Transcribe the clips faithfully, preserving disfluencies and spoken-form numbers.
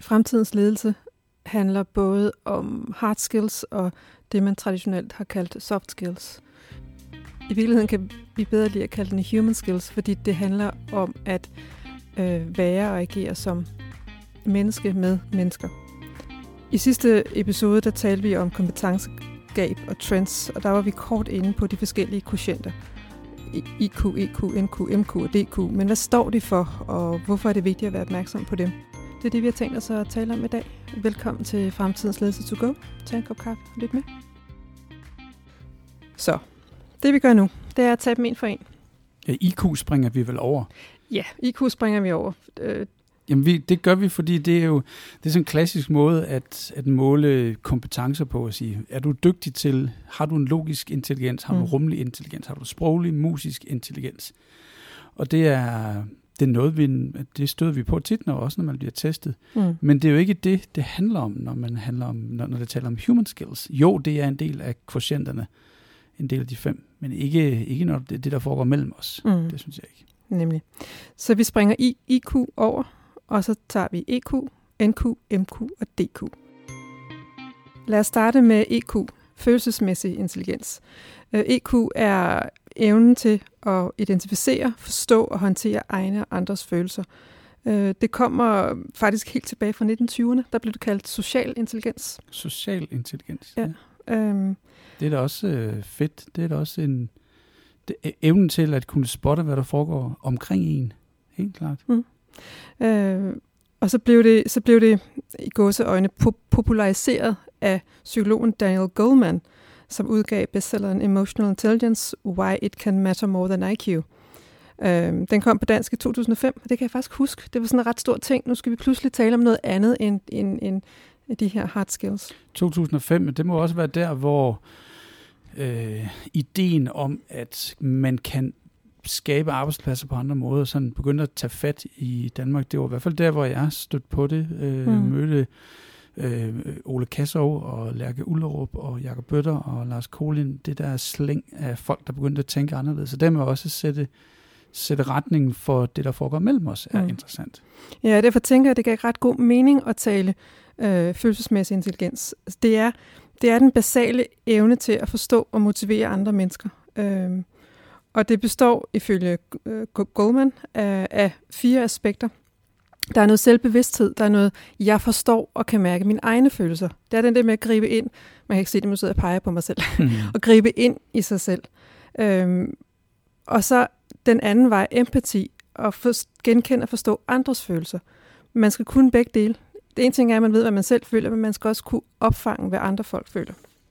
fremtidens ledelse handler både om hard skills og det, man traditionelt har kaldt soft skills. I virkeligheden kan vi bedre lide at kalde den human skills, fordi det handler om at øh, være og agere som menneske med mennesker. I sidste episode, der talte vi om kompetencegab og trends, og der var vi kort inde på de forskellige quotienter. I Q, E Q, N Q, M Q og D Q. Men hvad står de for, og hvorfor er det vigtigt at være opmærksom på dem? Det er det, vi har tænkt os at tale om i dag. Velkommen til Fremtidens Ledelse to Go. Tag en kop kaffe og lyt med. Så, det vi gør nu, det er at tage dem en for en. Ja, I Q springer vi vel over? Ja, I Q springer vi over. Øh, Jamen, vi, det gør vi, fordi det er jo det er sådan en klassisk måde at, at måle kompetencer på at sige, er du dygtig til, har du en logisk intelligens, har du en Mm. rummelig intelligens, har du sproglig, musisk intelligens? Og det er, det er noget, vi, det støder vi på tit, når, også når man bliver testet. mm. Men det er jo ikke det, det handler om, når man handler om, når, når det taler om human skills. Jo, det er en del af kvotienterne, en del af de fem, men ikke, ikke når det, det, der foregår mellem os. Mm. Det synes jeg ikke. Nemlig. Så vi springer I, I Q over, og så tager vi E Q, N Q, M Q og D Q. Lad os starte med E Q, følelsesmæssig intelligens. E Q er evnen til at identificere, forstå og håndtere egne og andres følelser. Det kommer faktisk helt tilbage fra nitten tyverne. Der blev det kaldt social intelligens. Social intelligens. Ja. Øhm, Det er da også øh, fedt. Det er da også en det, evnen til at kunne spotte, hvad der foregår omkring en. Helt klart. Mm. Øh, og så blev det, så blev det i gåseøjne po- populariseret af psykologen Daniel Goleman, som udgav bestselleren Emotional Intelligence, Why It Can Matter More Than I Q. Øh, den kom på dansk i to tusind og fem, og det kan jeg faktisk huske. Det var sådan en ret stor ting. Nu skal vi pludselig tale om noget andet end, end, end de her hard skills. to tusind og fem, det må også være der, hvor øh, ideen om, at man kan skabe arbejdspladser på andre måder, sådan begyndte at tage fat i Danmark. Det var i hvert fald der, hvor jeg stødte på det. Øh, mm. Mødte øh, Ole Kassow og Lærke Ullerup og Jakob Bøtter og Lars Kolin. Det der slæng af folk, der begyndte at tænke anderledes. Så dermed også sætte, sætte retningen for det, der foregår mellem os, er mm. interessant. Ja, derfor tænker jeg, at det gav ret god mening at tale øh, følelsesmæssig intelligens. Det er, det er den basale evne til at forstå og motivere andre mennesker. Øh, Og det består ifølge Goleman af, af fire aspekter. Der er noget selvbevidsthed, der er noget, jeg forstår og kan mærke mine egne følelser. Det er den der med at gribe ind. Man kan ikke se det, man sidder og peger på mig selv. Mm. Og gribe ind i sig selv. Øhm, og så den anden vej, empati, og for, genkende og forstå andres følelser. Man skal kunne begge dele. Det ene ting er, at man ved, hvad man selv føler, men man skal også kunne opfange, hvad andre folk føler.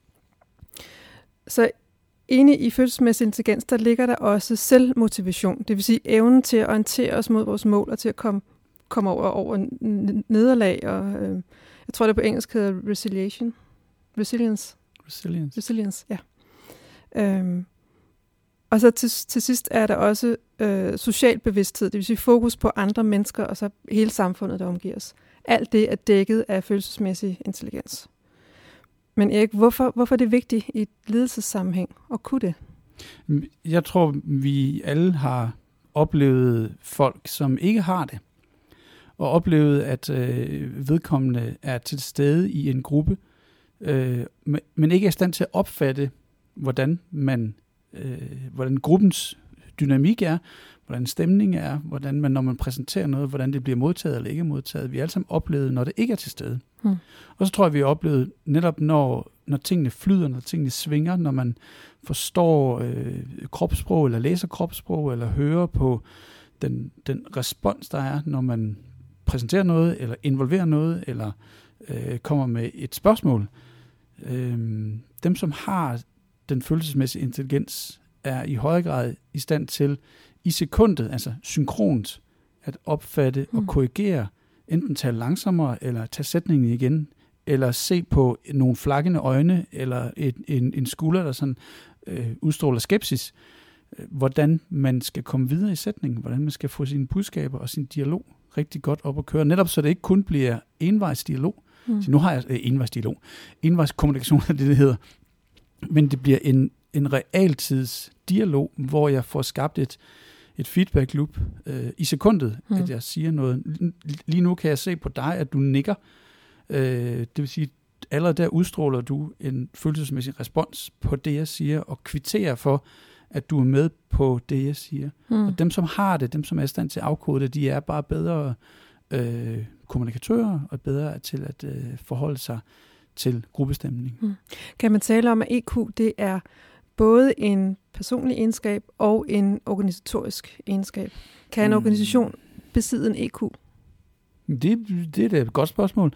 Så inde i følelsesmæssig intelligens, der ligger der også selvmotivation. Det vil sige evnen til at orientere os mod vores mål og til at komme, komme over, over nederlag. Og, øh, jeg tror, det på engelsk hedder resiliation. Resilience. Resilience. Resilience, ja. Øhm, og så til, til sidst er der også øh, social bevidsthed. Det vil sige fokus på andre mennesker og så hele samfundet, der omgiver os. Alt det er dækket af følelsesmæssig intelligens. Men Erik, hvorfor, hvorfor er det vigtigt i et ledelsessammenhæng at kunne det? Jeg tror, vi alle har oplevet folk, som ikke har det. Og oplevet, at øh, vedkommende er til stede i en gruppe, øh, men ikke er i stand til at opfatte, hvordan, man, øh, hvordan gruppens dynamik er, hvordan stemningen er, hvordan man, når man præsenterer noget, hvordan det bliver modtaget eller ikke modtaget. Vi har alle sammen oplevet, når det ikke er til stede. Hmm. Og så tror jeg, vi har oplevet netop, når, når tingene flyder, når tingene svinger, når man forstår øh, kropssprog, eller læser kropssprog, eller hører på den, den respons, der er, når man præsenterer noget, eller involverer noget, eller øh, kommer med et spørgsmål. Øh, dem, som har den følelsesmæssige intelligens, er i høj grad i stand til i sekundet, altså synkront, at opfatte mm. og korrigere, enten tage langsommere, eller tage sætningen igen, eller se på nogle flakkende øjne, eller et, en, en skulder, der sådan øh, udstråler skepsis, hvordan man skal komme videre i sætningen, hvordan man skal få sine budskaber og sin dialog rigtig godt op at køre, netop så det ikke kun bliver envejsdialog. Mm. Så nu har jeg øh, envejsdialog. Envejskommunikation er det, det hedder. Men det bliver en, en realtidsdialog, hvor jeg får skabt et, et feedback loop øh, i sekundet, mm. at jeg siger noget. Lige nu kan jeg se på dig, at du nikker. Øh, det vil sige, allerede der udstråler du en følelsesmæssig respons på det, jeg siger, og kvitterer for, at du er med på det, jeg siger. Mm. Og dem, som har det, dem, som er i stand til at afkode det, de er bare bedre øh, kommunikatører, og bedre til at øh, forholde sig til gruppestemning. Mm. Kan man tale om, at E Q, det er både en personlig egenskab og en organisatorisk egenskab? Kan en organisation besidde en E Q? Det, det er da et godt spørgsmål.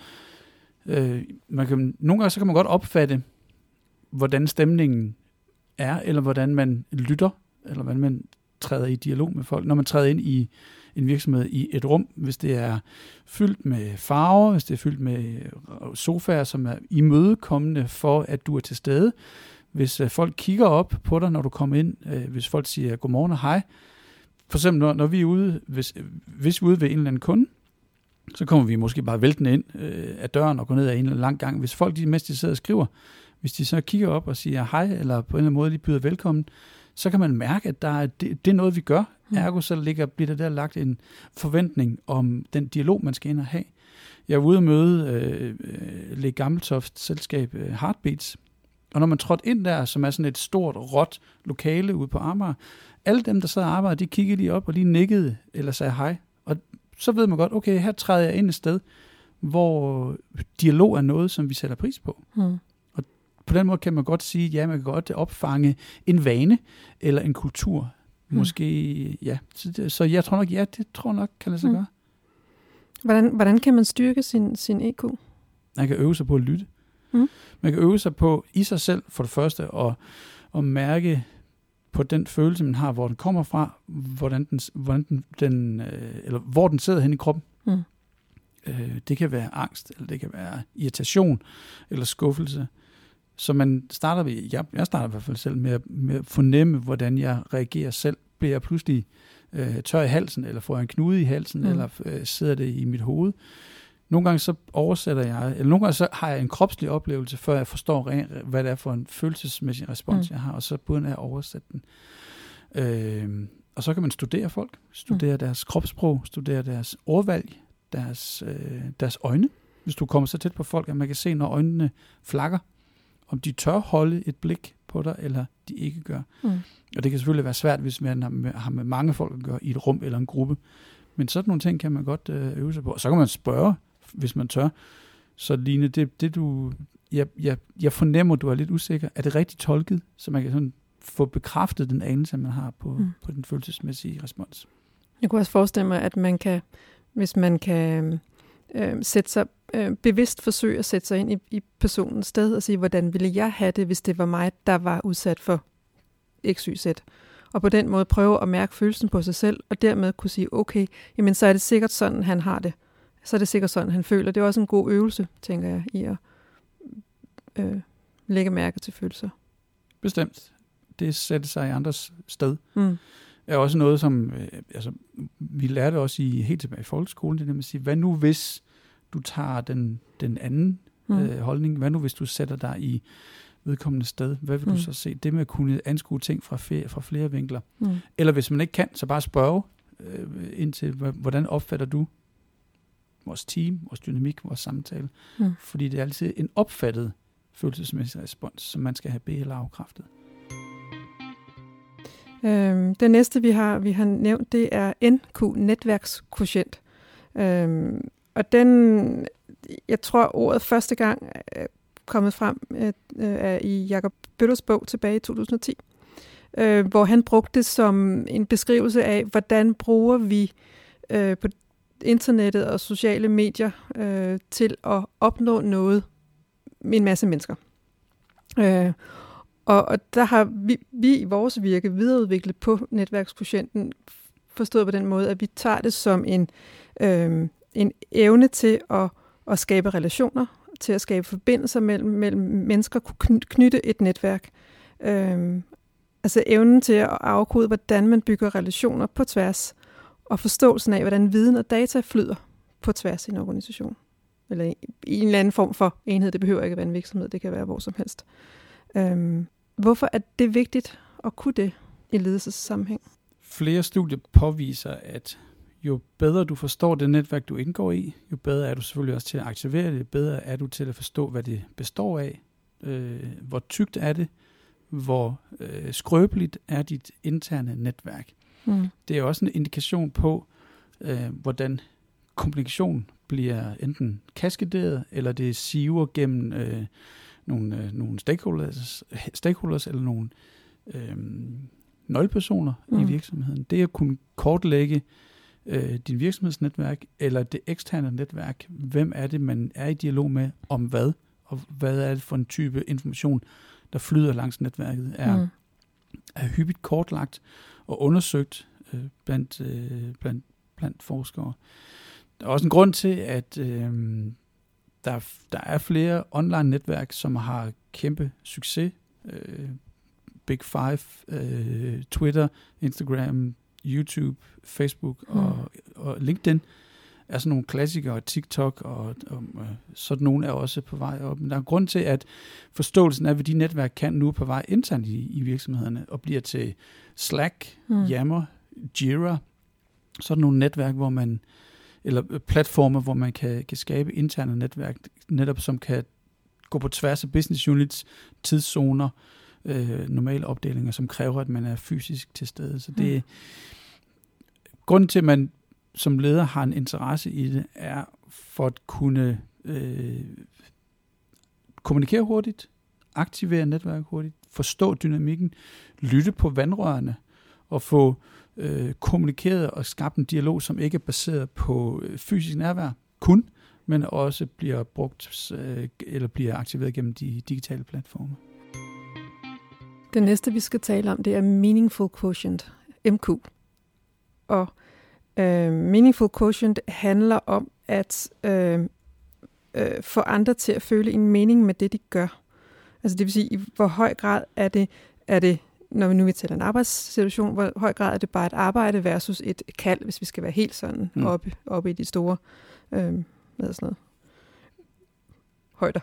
Øh, man kan, nogle gange så kan man godt opfatte, hvordan stemningen er, eller hvordan man lytter, eller hvordan man træder i dialog med folk. Når man træder ind i en virksomhed i et rum, hvis det er fyldt med farver, hvis det er fyldt med sofaer, som er imødekommende for, at du er til stede. Hvis folk kigger op på dig, når du kommer ind, hvis folk siger godmorgen og hej. For eksempel, når, når vi er ude, hvis, hvis vi er ude ved en eller anden kunde, så kommer vi måske bare væltende ind øh, af døren og går ned ad en eller anden lang gang. Hvis folk, de, mens de sidder og skriver, hvis de så kigger op og siger hej, eller på en eller anden måde, de byder velkommen, så kan man mærke, at der er, det, det er noget, vi gør. Mm. Ergo så ligger, bliver der der lagt en forventning om den dialog, man skal ind og have. Jeg var ude at møde øh, Le Gammeltoft selskab øh, Heartbeats, og når man trådte ind der, som er sådan et stort, råt lokale ude på Amager, alle dem, der sad og arbejdede, de kiggede lige op og lige nikkede eller sagde hej. Og så ved man godt, okay, her træder jeg ind et sted, hvor dialog er noget, som vi sætter pris på. Mm. Og på den måde kan man godt sige, ja, man kan godt opfange en vane eller en kultur. Mm. Måske, ja. Så, det, så jeg tror nok, ja, det tror nok, kan det så mm. gøre. Hvordan, hvordan kan man styrke sin, sin E Q? Man kan øve sig på at lytte. Mm. Man kan øve sig på i sig selv, for det første, og, og mærke på den følelse, man har, hvor den kommer fra, hvordan den, hvordan den, den øh, eller hvor den sidder hen i kroppen. Mm. Øh, det kan være angst, eller det kan være irritation, eller skuffelse. Så man starter ved, jeg, jeg starter i hvert fald selv med at, med at fornemme, hvordan jeg reagerer selv. Bliver jeg pludselig øh, tør i halsen, eller får jeg en knude i halsen, mm. eller øh, sidder det i mit hoved. Nogle gange så oversætter jeg, eller nogle gange så har jeg en kropslig oplevelse, før jeg forstår, hvad det er for en følelsesmæssig respons, mm. jeg har, og så begynder jeg at oversætte den. Øh, og så kan man studere folk, studere mm. deres kropssprog, studere deres ordvalg, deres, øh, deres øjne. Hvis du kommer så tæt på folk, at man kan se, når øjnene flakker, om de tør holde et blik på dig, eller de ikke gør. Mm. Og det kan selvfølgelig være svært, hvis man har med, har med mange folk at gøre i et rum eller en gruppe. Men sådan nogle ting kan man godt øh, øve sig på. Og så kan man spørge, hvis man tør. Så Line, det, det du, jeg, jeg, jeg fornemmer, du er lidt usikker. Er det rigtigt tolket, så man kan sådan få bekræftet den anelse, man har på, mm. på den følelsesmæssige respons? Jeg kunne også forestille mig, at man kan, hvis man kan øh, sætte sig øh, bevidst forsøge at sætte sig ind i, i personens sted og sige, hvordan ville jeg have det, hvis det var mig, der var udsat for X Y Z. Og på den måde prøve at mærke følelsen på sig selv, og dermed kunne sige, okay, jamen så er det sikkert sådan, han har det. Så er det sikkert sådan, han føler. Det er også en god øvelse, tænker jeg, i at øh, lægge mærke til følelser. Bestemt. Det sætter sig i andres sted. Mm. Er også noget, som øh, altså, vi lærte også i, helt tilbage i folkeskolen, det er at sige, hvad nu hvis du tager den, den anden mm. øh, holdning? Hvad nu hvis du sætter dig i vedkommende sted? Hvad vil mm. du så se? Det med at kunne anskue ting fra, fe, fra flere vinkler. Mm. Eller hvis man ikke kan, så bare spørge øh, ind til, hvordan opfatter du vores team, vores dynamik, vores samtale. Mm. Fordi det er altid en opfattet følelsesmæssig respons, som man skal have be- eller afkræftet. Øhm, det næste, vi har, vi har nævnt, det er N Q, netværkskvotient. Øhm, og den, jeg tror, ordet første gang er kommet frem øh, er i Jakob Bøtters bog tilbage i to tusind og ti, øh, hvor han brugte det som en beskrivelse af, hvordan bruger vi øh, på internettet og sociale medier øh, til at opnå noget med en masse mennesker. Øh, og, og der har vi, vi i vores virke videreudviklet på netværkskvotienten, forstået på den måde, at vi tager det som en, øh, en evne til at, at skabe relationer, til at skabe forbindelser mellem, mellem mennesker, kunne knytte et netværk. Øh, altså evnen til at afkode, hvordan man bygger relationer på tværs, og forståelsen af, hvordan viden og data flyder på tværs i en organisation. Eller i, i en eller anden form for enhed. Det behøver ikke at være en virksomhed, det kan være hvor som helst. Øhm, hvorfor er det vigtigt at kunne det i ledelsessammenhæng? flere studier påviser, at jo bedre du forstår det netværk, du indgår i, jo bedre er du selvfølgelig også til at aktivere det, jo bedre er du til at forstå, hvad det består af, øh, hvor tykt er det, hvor øh, skrøbeligt er dit interne netværk. Mm. Det er også en indikation på, øh, hvordan kommunikation bliver enten kaskederet, eller det siver gennem øh, nogle, øh, nogle stakeholders, stakeholders eller nogle øh, nøglepersoner mm. i virksomheden. Det er at kunne kortlægge øh, din virksomhedsnetværk, eller det eksterne netværk. Hvem er det, man er i dialog med, om hvad, og hvad er det for en type information, der flyder langs netværket, er, mm. er hyppigt kortlagt og undersøgt øh, blandt, øh, blandt, blandt forskere. Der er også en grund til, at øh, der, der er flere online-netværk, som har kæmpe succes. Øh, Big Five, øh, Twitter, Instagram, YouTube, Facebook mm. og, og LinkedIn er sådan nogle klassikere, TikTok og, og øh, sådan nogle er også på vej op. Men der er en grund til, at forståelsen af, hvad de netværk kan nu på vej internt i, i virksomhederne, og bliver til Slack, mm. Yammer, Jira, sådan nogle netværk, hvor man, eller platformer, hvor man kan, kan skabe interne netværk, netop som kan gå på tværs af business units, tidszoner, øh, normale opdelinger, som kræver, at man er fysisk til stede. Så det er grunden til, at man som leder har en interesse i det, er for at kunne øh, kommunikere hurtigt, aktivere netværk hurtigt, forstå dynamikken, lytte på vandrørene og få øh, kommunikeret og skabt en dialog, som ikke er baseret på øh, fysisk nærvær kun, men også bliver brugt øh, eller bliver aktiveret gennem de digitale platforme. Det næste, vi skal tale om, det er Meaningful Quotient, M Q. Og øh, Meaningful Quotient handler om at øh, øh, få andre til at føle en mening med det, de gør. Altså det vil sige, i hvor høj grad er det, er det når vi nu vil tale en arbejdssituation, hvor høj grad er det bare et arbejde versus et kald, hvis vi skal være helt sådan mm. oppe, oppe i de store øh, hvad er sådan noget, højder.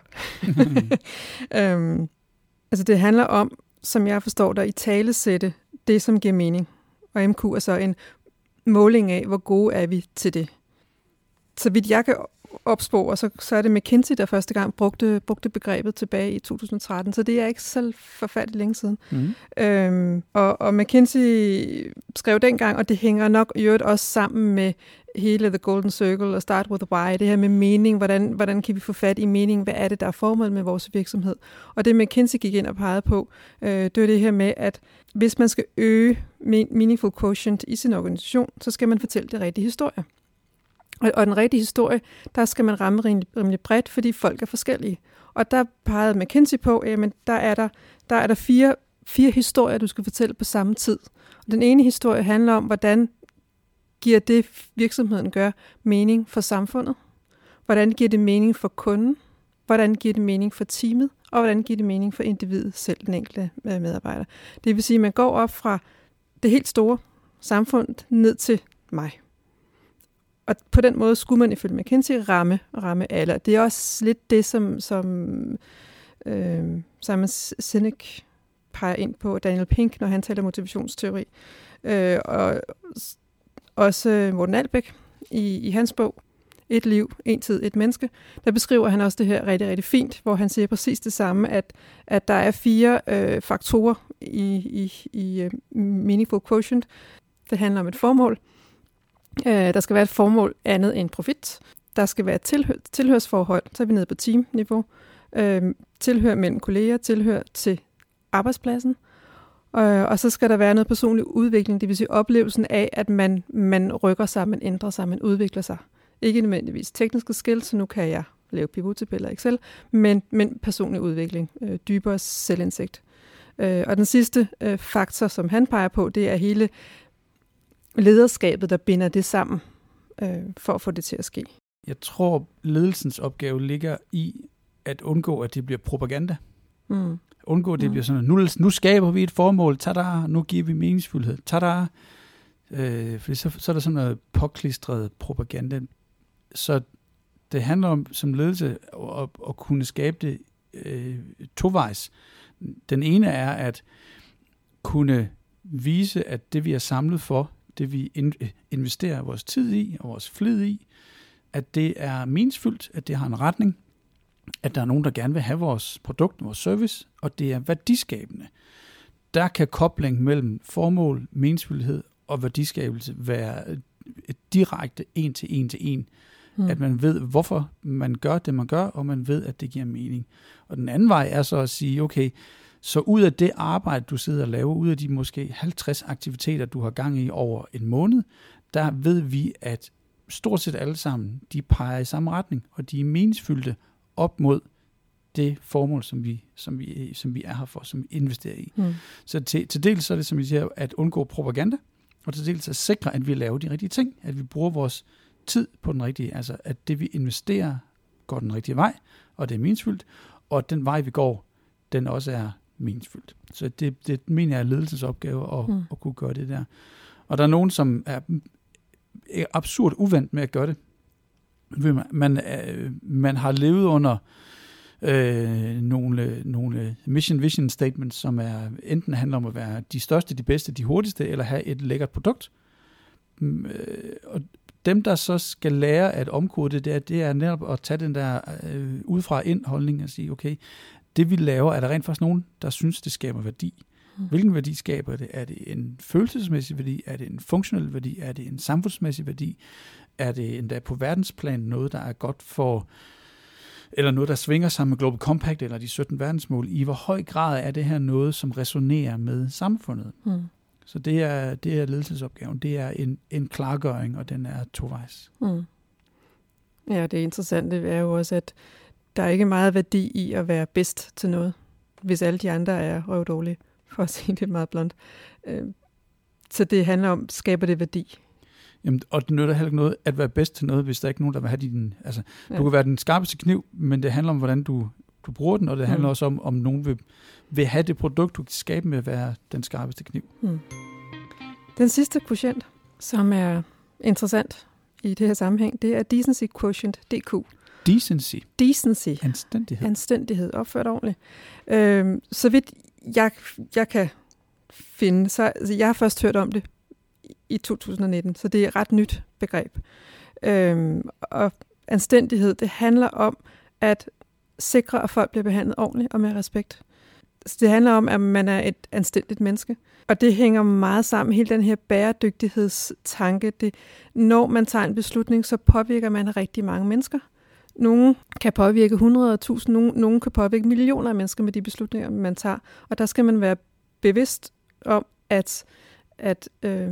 øhm, altså det handler om, som jeg forstår der, i talesætte det, som giver mening. Og M Q er så en måling af, hvor gode er vi til det. Så vidt jeg kan opspore, så, så er det McKinsey, der første gang brugte, brugte begrebet tilbage i to tusind og tretten, så det er ikke så forfærdeligt længe siden. Mm. Øhm, og, og McKinsey skrev dengang, og det hænger nok i øvrigt også sammen med hele The Golden Circle og Start with Why, det her med mening, hvordan, hvordan kan vi få fat i mening, hvad er det, der er formålet med vores virksomhed. Og det McKinsey gik ind og pegede på, øh, det var det her med, at hvis man skal øge meaningful quotient i sin organisation, så skal man fortælle det rigtige historie. Og, og den rigtige historie, der skal man ramme rimelig, rimelig bredt, fordi folk er forskellige. Og der pegede McKinsey på, at jamen, der er der, der, er der fire, fire historier, du skal fortælle på samme tid. Og den ene historie handler om, hvordan giver det, virksomheden gør, mening for samfundet? Hvordan giver det mening for kunden? Hvordan giver det mening for teamet? Og hvordan giver det mening for individet selv, den enkelte medarbejder? Det vil sige, at man går op fra det helt store samfund ned til mig. Og på den måde skulle man ifølge McKinsey ramme, ramme alle. Det er også lidt det, som, som øh, Simon Sinek peger ind på, Daniel Pink, når han taler motivationsteori. Øh, og også Morten Albæk i, i hans bog, Et liv, en tid, et menneske, der beskriver han også det her rigtig, rigtig fint, hvor han siger præcis det samme, at, at der er fire øh, faktorer i, i, i uh, Meaningful Quotient. Det handler om et formål. Uh, der skal være et formål andet end profit. Der skal være et tilhør, tilhørsforhold, så er vi nede på teamniveau. Uh, tilhør mellem kolleger, tilhør til arbejdspladsen. Uh, og så skal der være noget personlig udvikling, det vil sige oplevelsen af, at man, man rykker sig, man ændrer sig, man udvikler sig. Ikke nødvendigvis tekniske skills, så nu kan jeg lave pivottabeller Excel, men, men personlig udvikling, øh, dybere selvindsigt. Øh, og den sidste øh, faktor, som han peger på, det er hele lederskabet, der binder det sammen, øh, for at få det til at ske. Jeg tror, ledelsens opgave ligger i at undgå, at det bliver propaganda. Mm. Undgå, at det mm. bliver sådan, nu, nu skaber vi et formål, tada, nu giver vi meningsfuldhed, tada. Øh, for så, så er der sådan noget påklistret propaganda. Så det handler om som ledelse at, at kunne skabe det øh, tovejs. Den ene er at kunne vise, at det vi er samlet for, det vi investerer vores tid i og vores flid i, at det er meningsfyldt, at det har en retning, at der er nogen, der gerne vil have vores produkt, vores service, og det er værdiskabende. Der kan kobling mellem formål, meningsfyldthed og værdiskabelse være direkte en til en til en. Mm. At man ved, hvorfor man gør det, man gør, og man ved, at det giver mening. Og den anden vej er så at sige, okay, så ud af det arbejde, du sidder og laver, ud af de måske halvtreds aktiviteter, du har gang i over en måned, der ved vi, at stort set alle sammen, de peger i samme retning, og de er meningsfyldte op mod det formål, som vi, som vi, som vi er her for, som vi investerer i. Mm. Så til, til dels så er det, som vi siger, at undgå propaganda, og til dels at sikre, at vi laver de rigtige ting, at vi bruger vores tid på den rigtige, altså at det vi investerer går den rigtige vej, og det er meningsfyldt, og at den vej vi går, den også er meningsfyldt. Så det, det mener jeg er ledelsesopgave at, mm. at kunne gøre det der. Og der er nogen, som er absurd uvant med at gøre det. Man, man, man har levet under øh, nogle, nogle mission vision statements, som er enten handler om at være de største, de bedste, de hurtigste, eller have et lækkert produkt. Og dem, der så skal lære at omkode det, det er, det er netop at tage den der øh, udefra ind holdning og sige, okay, det vi laver, er der rent faktisk nogen, der synes, det skaber værdi. Mm. Hvilken værdi skaber det? Er det en følelsesmæssig værdi? Er det en funktionel værdi? Er det en samfundsmæssig værdi? Er det endda på verdensplan noget, der er godt for, eller noget, der svinger sammen med Global Compact eller de sytten verdensmål? I hvor høj grad er det her noget, som resonerer med samfundet? Mm. Så det er, det er ledelsesopgaven. Det er en, en klargøring, og den er tovejs. Mm. Ja, det interessante er jo også, at der er ikke meget værdi i at være bedst til noget, hvis alle de andre er røvdårlige, for at sige det meget blunt. Så det handler om, skaber det værdi? Jamen, og det nytter heller ikke noget at være bedst til noget, hvis der ikke er nogen, der vil have din... Altså, ja. Du kan være den skarpeste kniv, men det handler om, hvordan du, du bruger den, og det handler mm. også om, om nogen vil, vil have det produkt, du kan skabe med at være den skarpeste kniv. Mm. Den sidste quotient, som er interessant i det her sammenhæng, det er Decency Quotient, D Q. Decency? Decency. Anstændighed. Anstændighed, opført ordentligt. Øhm, så vidt jeg, jeg kan finde, så altså, jeg har først hørt om det i to tusind nitten, så det er et ret nyt begreb. Øhm, og anstændighed, det handler om at sikre, at folk bliver behandlet ordentligt og med respekt. Så det handler om, at man er et anstændigt menneske. Og det hænger meget sammen, hele den her bæredygtighedstanke. Det, når man tager en beslutning, så påvirker man rigtig mange mennesker. Nogle kan påvirke hundrede og tusind, nogle, nogle kan påvirke millioner af mennesker med de beslutninger, man tager. Og der skal man være bevidst om, at, at øh,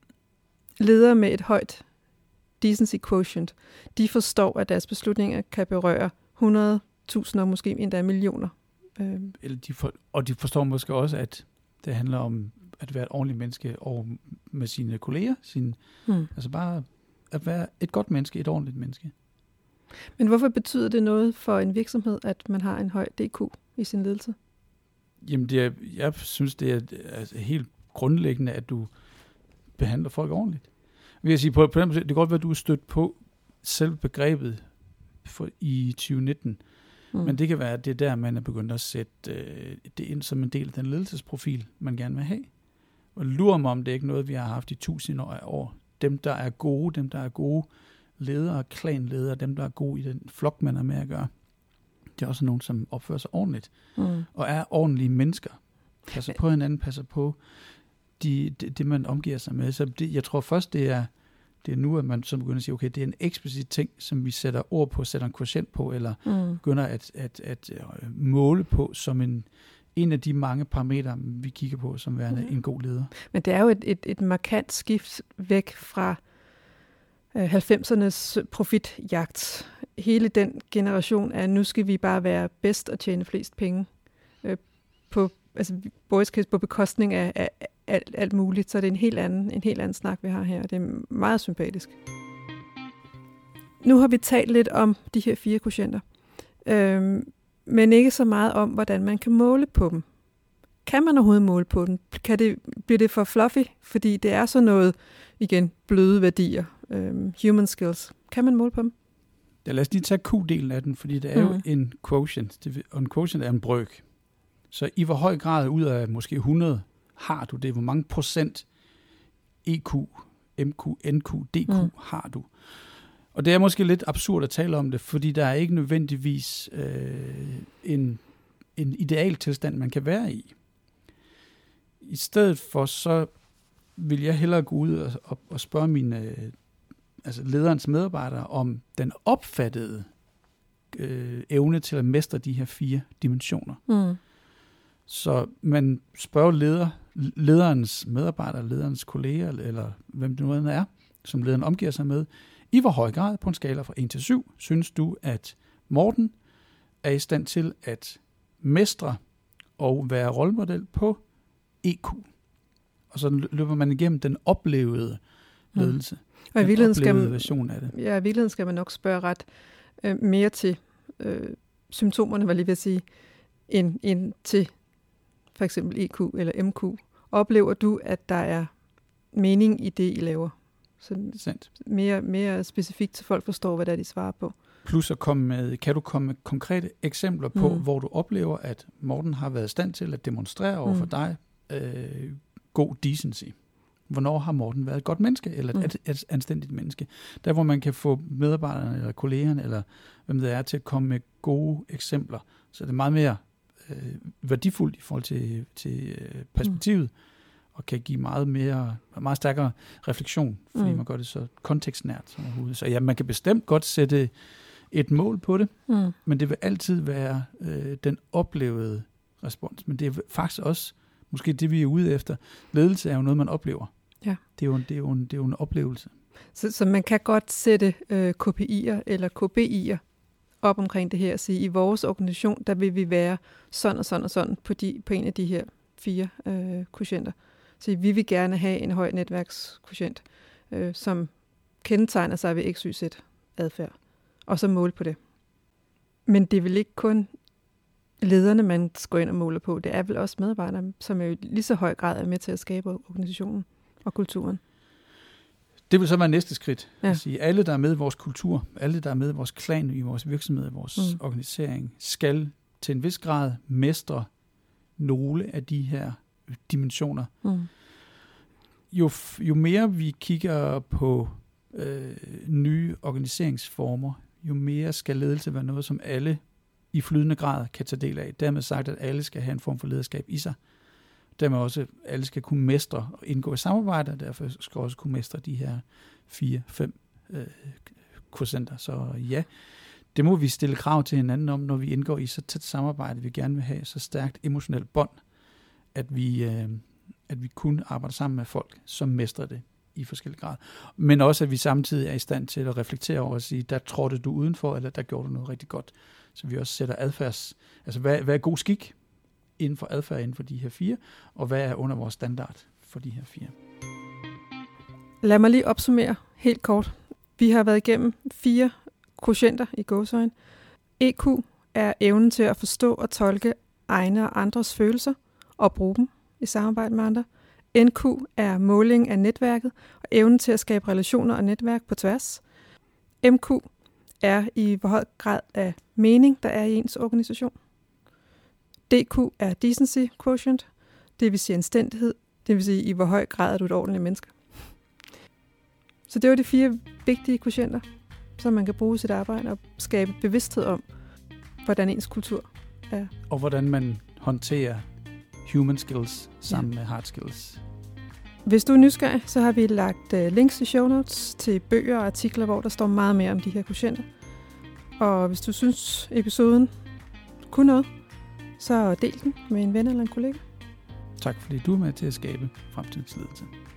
ledere med et højt decency quotient, de forstår, at deres beslutninger kan berøre hundrede tusinder og måske endda millioner. Eller de for, og de forstår måske også, at det handler om at være et ordentligt menneske over med sine kolleger. Sine, hmm. Altså bare at være et godt menneske, et ordentligt menneske. Men hvorfor betyder det noget for en virksomhed, at man har en høj D Q i sin ledelse? Jamen, det er, jeg synes, det er altså helt grundlæggende, at du behandler folk ordentligt. Vil jeg sige, på, på den måde, det kan godt være, at du er stødt på selv begrebet for, i tyve nitten, mm. men det kan være, at det er der, man er begyndt at sætte øh, det ind som en del af den ledelsesprofil, man gerne vil have. Og lurer mig om, det er ikke noget, vi har haft i tusind år. Dem, der er gode, dem, der er gode ledere, klanledere, dem, der er gode i den flok, man er med at gøre. Det er også nogen, som opfører sig ordentligt, mm. og er ordentlige mennesker. Passer på hinanden, passer på de, det, det, man omgiver sig med. Så det, jeg tror først, det er, det er nu, at man så begynder at sige, okay, det er en eksplicit ting, som vi sætter ord på, sætter en quotient på, eller mm. begynder at, at, at, at måle på som en, en af de mange parametre, vi kigger på, som værende mm. en god leder. Men det er jo et, et, et markant skift væk fra halvfemsernes profitjagt. Hele den generation af, nu skal vi bare være bedst og tjene flest penge. Øh, på, altså, både på bekostning af, af alt, alt muligt, så det er en helt anden, en helt anden snak, vi har her, og det er meget sympatisk. Nu har vi talt lidt om de her fire quotienter, øh, men ikke så meget om, hvordan man kan måle på dem. Kan man overhovedet måle på dem? Kan det, bliver det for fluffy? Fordi det er sådan noget, igen, bløde værdier, um, human skills. Kan man måle på dem? Ja, lad os lige tage Q-delen af den, fordi det er mm. jo en quotient, og en quotient er en brøk. Så i hvor høj grad ud af måske hundrede har du det? Hvor mange procent E Q, M Q, N Q, D Q mm. har du? Og det er måske lidt absurd at tale om det, fordi der er ikke nødvendigvis øh, en, en ideal tilstand, man kan være i. I stedet for, så vil jeg hellere gå ud og, og, og spørge mine, øh, altså lederens medarbejdere om den opfattede øh, evne til at mestre de her fire dimensioner. Mm. Så man spørger leder, lederens medarbejdere, lederens kolleger, eller hvem det nu end er, som lederen omgiver sig med, i hvor høj grad på en skala fra et til syv, synes du, at Morten er i stand til at mestre og være rollemodel på E Q? Og så løber man igennem den oplevede ledelse. Mm. Og i virkeligheden skal man, version af det. Ja, i virkeligheden skal man nok spørge ret øh, mere til øh, symptomerne, var lige ved at sige, end, end til for eksempel E Q eller M Q. Oplever du, at der er mening i det, I laver? Så mere, mere specifikt, så folk forstår, hvad det er, de svarer på. Plus at komme med, kan du komme med konkrete eksempler på, mm. hvor du oplever, at Morten har været i stand til at demonstrere over for mm. dig øh, god decency. Hvornår har Morten været et godt menneske, eller et, mm. et anstændigt menneske? Der, hvor man kan få medarbejderne, eller kollegerne, eller hvem det er, til at komme med gode eksempler. Så det er meget mere øh, værdifuldt i forhold til, til øh, perspektivet, mm. og kan give meget mere, meget stærkere refleksion, fordi mm. man gør det så kontekstnært som overhovedet. Så ja, man kan bestemt godt sætte et mål på det, mm. men det vil altid være øh, den oplevede respons. Men det er faktisk også måske det, vi er ude efter. Ledelse er jo noget, man oplever. Ja. Det, er jo en, det, er jo en, det er jo en oplevelse. Så, så man kan godt sætte øh, K P I'er eller K B I'er op omkring det her og sige, i vores organisation, der vil vi være sådan og sådan og sådan på, de, på en af de her fire øh, quotienter. Så vi vil gerne have en høj netværkskvotient, øh, som kendetegner sig ved X Y Z adfærd, og så måle på det. Men det er vel ikke kun lederne, man går ind og måler på. Det er vel også medarbejdere, som jo i lige så høj grad er med til at skabe organisationen og kulturen. Det vil så være næste skridt. Ja. At sige, alle, der er med i vores kultur, alle, der er med i vores klan, i vores virksomhed, i vores mm. organisering, skal til en vis grad mestre nogle af de her dimensioner. Mm. Jo, jo mere vi kigger på øh, nye organiseringsformer, jo mere skal ledelse være noget, som alle i flydende grad kan tage del af. Dermed sagt, at alle skal have en form for lederskab i sig. Dermed også, at alle skal kunne mestre og indgå i samarbejde, og derfor skal også kunne mestre de her fire, fem øh, quotienter. Så ja, det må vi stille krav til hinanden om, når vi indgår i så tæt samarbejde, vi gerne vil have så stærkt emotionelt bånd, at vi, øh, at vi kun arbejder sammen med folk, som mestrer det i forskellige grad. Men også, at vi samtidig er i stand til at reflektere over og sige, der trådte du udenfor, eller der gjorde du noget rigtig godt. Så vi også sætter adfærds, altså hvad, hvad er god skik inden for adfærd inden for de her fire, og hvad er under vores standard for de her fire. Lad mig lige opsummere helt kort. Vi har været igennem fire quotienter i gåseøjne. E Q er evnen til at forstå og tolke egne og andres følelser og bruge dem i samarbejde med andre. N Q er måling af netværket og evnen til at skabe relationer og netværk på tværs. M Q er i hvor høj grad af mening, der er i ens organisation. D Q er decency quotient, det vil sige anstændighed, det vil sige i hvor høj grad er du et ordentligt menneske. Så det var de fire vigtige quotienter, som man kan bruge i sit arbejde og skabe bevidsthed om, hvordan ens kultur er. Og hvordan man håndterer human skills sammen ja. med hard skills. Hvis du er nysgerrig, så har vi lagt uh, links i show notes til bøger og artikler, hvor der står meget mere om de her quotienter. Og hvis du synes, episoden kunne noget, så del den med en ven eller en kollega. Tak fordi du er med til at skabe fremtidens ledelse.